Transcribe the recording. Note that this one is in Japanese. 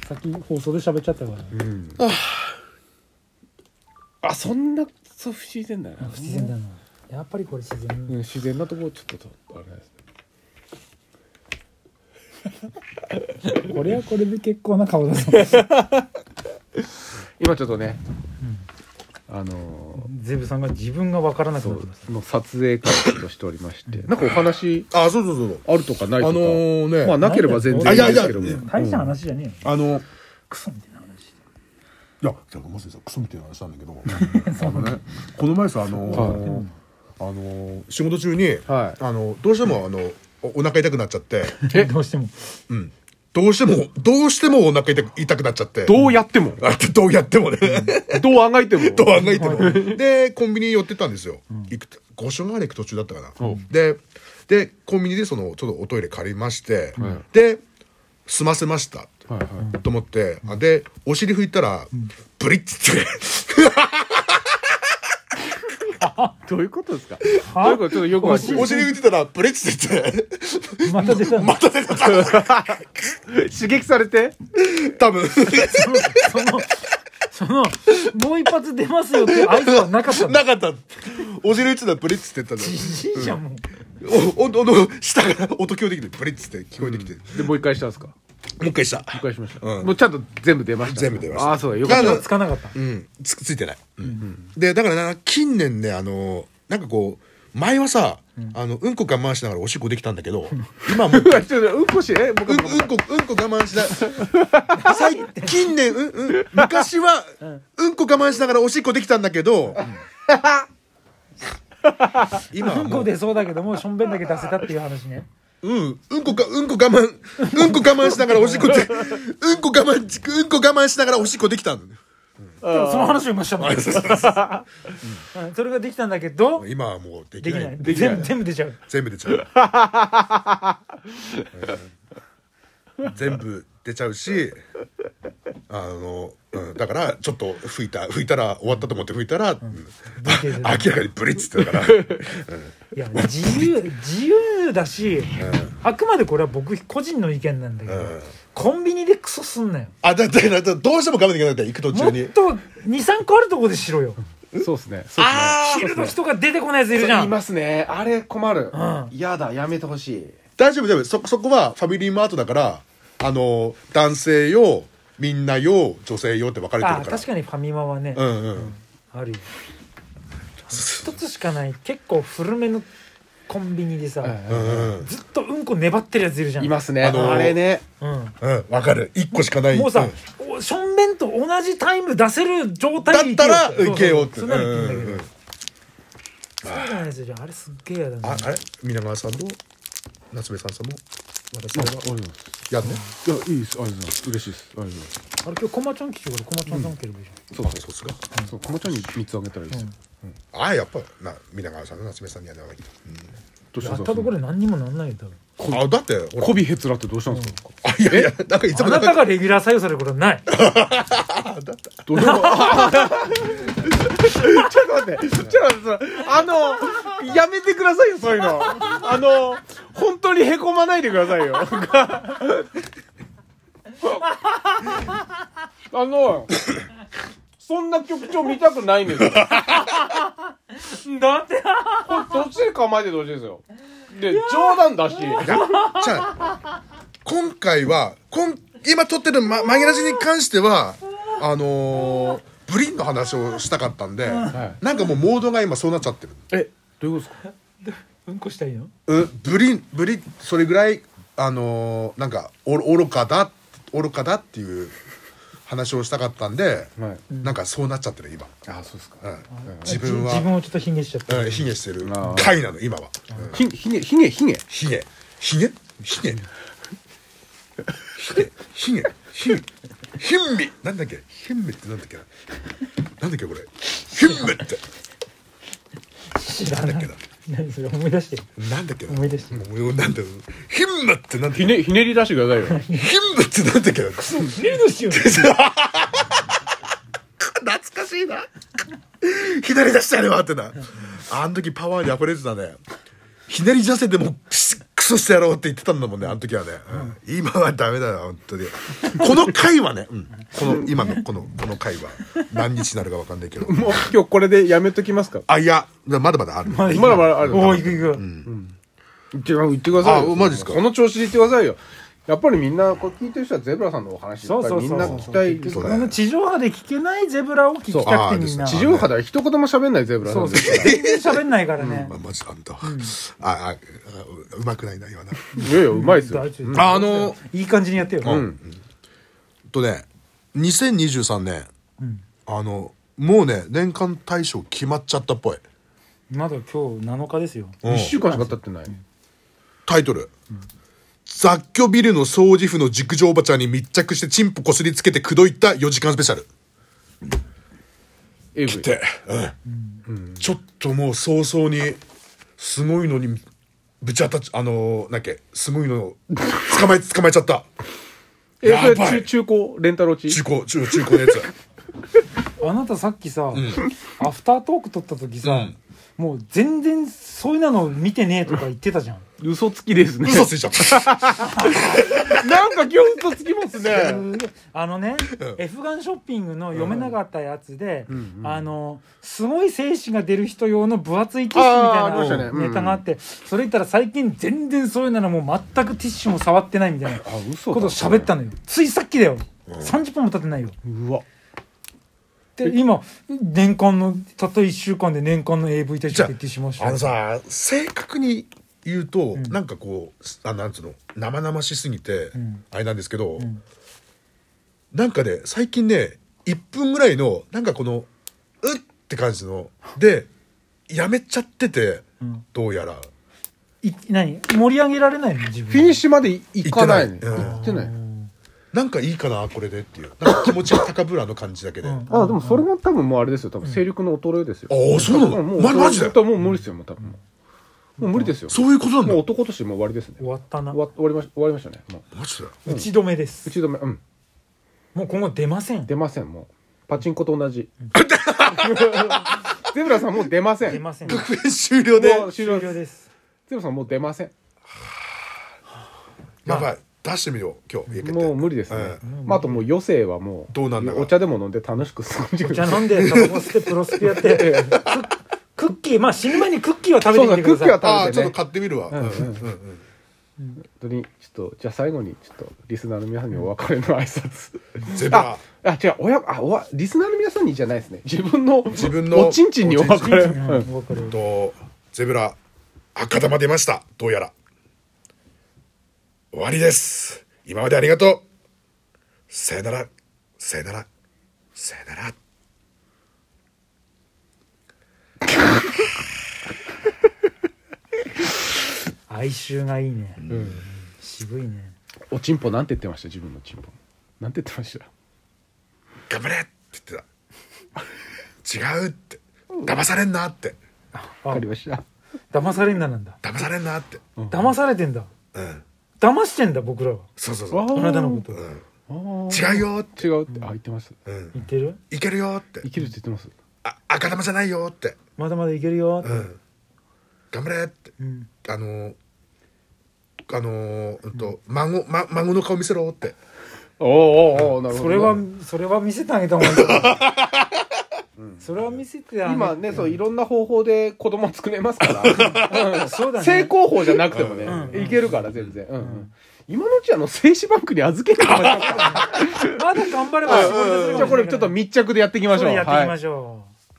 さっき放送で喋っちゃったから、 あ、そんなそう不自然だな。 不自然だな。やっぱりこれ自然、 自然なとこちょっとあれですね。 これはこれで結構な顔だぞ。 今ちょっとね、 ゼブさんが自分が分からなくなってますの撮影会としておりまして、なんかお話あ、そうそうそうあるとかないとか、 ね、 まあなければ全然いいですけども、 大した話じゃねえよ、クソみたいな話。 いや、じゃあまさにさ、クソみたいな話なんだけど、この前さ、仕事中に、どうしてもお腹痛くなっちゃって、 どうしても、 どうしてもお腹痛くなっちゃって、 どうやってもどうやってもね、 どうあがいてもでコンビニ寄ってたんですよ。五所川原行く途中だったかな。でコンビニでちょっとおトイレ借りまして、で済ませましたと思って、でお尻拭いたらブリッツってどういうことですか？どういうこと？ちょっとよくお尻拭いてたらブリッツってまた出た刺激されて、 多分そのもう一発出ますよって合図はなかったの。 なかった。お尻拭いてたらブリッツって言ったんだよ。 じじいじゃんもう。 下から音聞こえてきてブリッツって聞こえてきて、 でもう一回したんですか？ もう一回した。 もう一回しました。もうちゃんと全部出ました。 全部出ました。 ああ、そうだ、よかった。 つかなかった。 ついてない。でだからな、近年ね、なんかこう前はさ、うんこ我慢しながらおしっこできたんだけど、今もううんこ我慢しな近年昔はうんこ我慢しながらおしっこできたんだけど、今はうんこ出そうだけどもうしょんべんだけ出せたっていう話ね。 うんこ我慢しながらおしっこでうんこ我慢しながらおしっこできたの。 その話を今したもん。それができたんだけど今はもうできない。 全部出ちゃう。 全部出ちゃう。全部出ちゃうし、だからちょっと拭いたら終わったと思って拭いたら、明らかにブリッツってだから。 いや自由だし、あくまでこれは僕個人の意見なんだけど、コンビニでクソすんなよ。 だからどうしても我慢できなかったら行く途中に。 もっと 2,3 個あるとこでしろよ。 そうですね。 昼の人が出てこないやついるじゃん。 いますね。あれ困る。やだ、やめてほしい。 大丈夫。そこはファミリーマートだから、男性用、みんな用、女性用って分かれてるから。 確かにファミマはね、あるよ。一つしかない結構古めのコンビニでさ、ずっとうんこ粘ってるやついるじゃん。 いますね。あれね。 分かる。1個しかない。 もうさ、しょんべんと同じタイム出せる状態だったらいけよって。 そんなの言ってんだけど、そうじゃないですよ。じゃああれすっげえやだね。 あれ皆川さんも夏目さんもまだそれはやんね。 いや、いいです。ありがとうございます。嬉しいです。 あれ今日コマちゃん来てからコマちゃんさん蹴ればいいじゃん。そうっすか。 そうコマちゃんに3つあげたらいいですよ。 やっぱ皆川さんと夏目さんにやらないと。 やったところで何にもなんないよ多分。だって媚びへつらってどうしたんですか？ いやなんかいつもあなたがレギュラー採用されることはない。 どうでもちょっと待ってやめてくださいよ、そういうの。本当にへこまないでくださいよ。そんな曲調見たくないんですよ。 だってどっちで構えててほしいですよ。で、冗談だし。 今回は今撮ってるマギラジに関してはブリンの話をしたかったんで、なんかもうモードが今そうなっちゃってる。 どういうことですか？ うんこしたいの？ ブリンそれぐらいなんか愚かだっていう話をしたかったんで、なんかそうなっちゃってる今。 そうですか。 自分をちょっと卑下しちゃった。 卑下してる回なの今は。 卑下貧味なんだっけ？貧味ってなんだっけこれ？貧味ってなんだっけな？ 何それ思い出して。 なんだっけな？ 思い出して。 なんだろう。貧味ってなんだっけ？ ひねり出してくださいよ。 貧味ってなんだっけな？ ひねり出しよ。 懐かしいな。左出したよねってな。あの時パワーに溢れてたね。ひねり出せてもクソしてやろうって言ってたんだもんね、あの時はね。今はダメだよ、本当に。この回はね、今のこの回は何日になるか分かんないけど。 もう今日これでやめときますか。 あ、いや、まだまだある。 まだまだある。 おー、行く行く。 言ってくださいよ。 あ、マジですか。 その調子で言ってくださいよ。やっぱりみんなこれ聞いてる人はゼブラさんのお話やっぱりみんな聞きたいですから。 地上波で聞けないゼブラを聞きたくてみんな。 地上波では一言も喋んないゼブラさんですから。 全然喋んないからね。 マジあんた。うまくないな、今な。 いやいや、うまいですよ。 いい感じにやってよ。 2023年、もうね、年間大賞決まっちゃったっぽい。 まだ今日7日ですよ。 1週間しか経ってない。 タイトル。雑居ビルの掃除婦の熟女おばちゃんに密着してチンポこすりつけて口説いた4時間スペシャル。来て、ちょっともう早々にすごいのにぶち当たっなんかすごいの捕まえちゃった。 やばい。中古レンタロチ？ 中古のやつ。 あなたさっきさ、アフタートーク撮った時さ、もう全然そういうの見てねえとか言ってたじゃん。 嘘つきですね。 嘘ついちゃった。 なんか今日嘘つきますね。 F ガンショッピングの読めなかったやつで、すごい精子が出る人用の分厚いティッシュみたいなネタがあって、それ言ったら最近全然そういうのもう全くティッシュも触ってないみたいなことを喋ったのよ。ついさっきだよ。30分も経ってないよ。 うわ。 で今年間のたった1週間で年間の AV 大賞決定しました。 さ、正確に言うと、なんかこうなんつうの生々しすぎて、あれなんですけど、なんかね最近ね1分ぐらいのなんかこのうって感じのでやめちゃってて、どうやら何盛り上げられないの自分。 フィニッシュまでいかないね。行ってない。 なんかいいかなこれでっていう、なんか気持ちが高ぶらの感じだけで。 でもそれも多分もうあれですよ。多分勢力の衰えですよ。 ああ、そうなの。マジで。 もう無理ですよ。もう多分もう無理ですよ。 そういうことなんだ。 もう男としてもう終わりですね。 終わったな。 終わりましたね。もうマジで。 打ち止めです。 打ち止め。 もう今後出ません。 出ません。もうパチンコと同じ。ゼブラさんもう出ません。 出ません。 終了で。 終了です。 ゼブラさんもう出ません。 やばい。出してみよう今日。 もう無理ですね。あともう余生はもうどうなんだ。 お茶でも飲んで楽しく過ごして。 お茶飲んでタバコ吸ってプロスピやってクッキー、死ぬ前にクッキーは食べてみてください。 クッキーは食べてね。 ちょっと買ってみるわ。本当にちょっとじゃあ最後にちょっとリスナーの皆さんにお別れの挨拶。 ゼブラ。 違うリスナーの皆さんにじゃないですね。自分のおちんちんにお別れ。 ゼブラ赤玉出ました。どうやら。終わりです。今までありがとう。さよなら。さよなら。さよなら。 哀愁がいいね。渋いね。 おちんぽなんて言ってました？自分のちんぽなんて言ってました？ 頑張れって言ってた。違うって。騙されんなって。 わかりました。 騙されんななんだ。 騙されんなって。 騙されてんだ。騙してんだ僕らは。 そう。 あなたのこと。 違うよって。 違うって言ってます。 言ってる？ いけるよって。 いけるって言ってます。 赤玉じゃないよって。 まだまだいけるよって。 頑張れって。孫の顔見せろって。 なるほど。 それは見せてあげた方がいい。それは見せてあげ今ね、いろんな方法で子供作れますから。そうだね。正攻法じゃなくてもね、いけるから全然。今のうち精子バンクに預けてみましょうか。 まだ頑張れば。 じゃあこれちょっと密着でやっていきましょう。 やっていきましょう。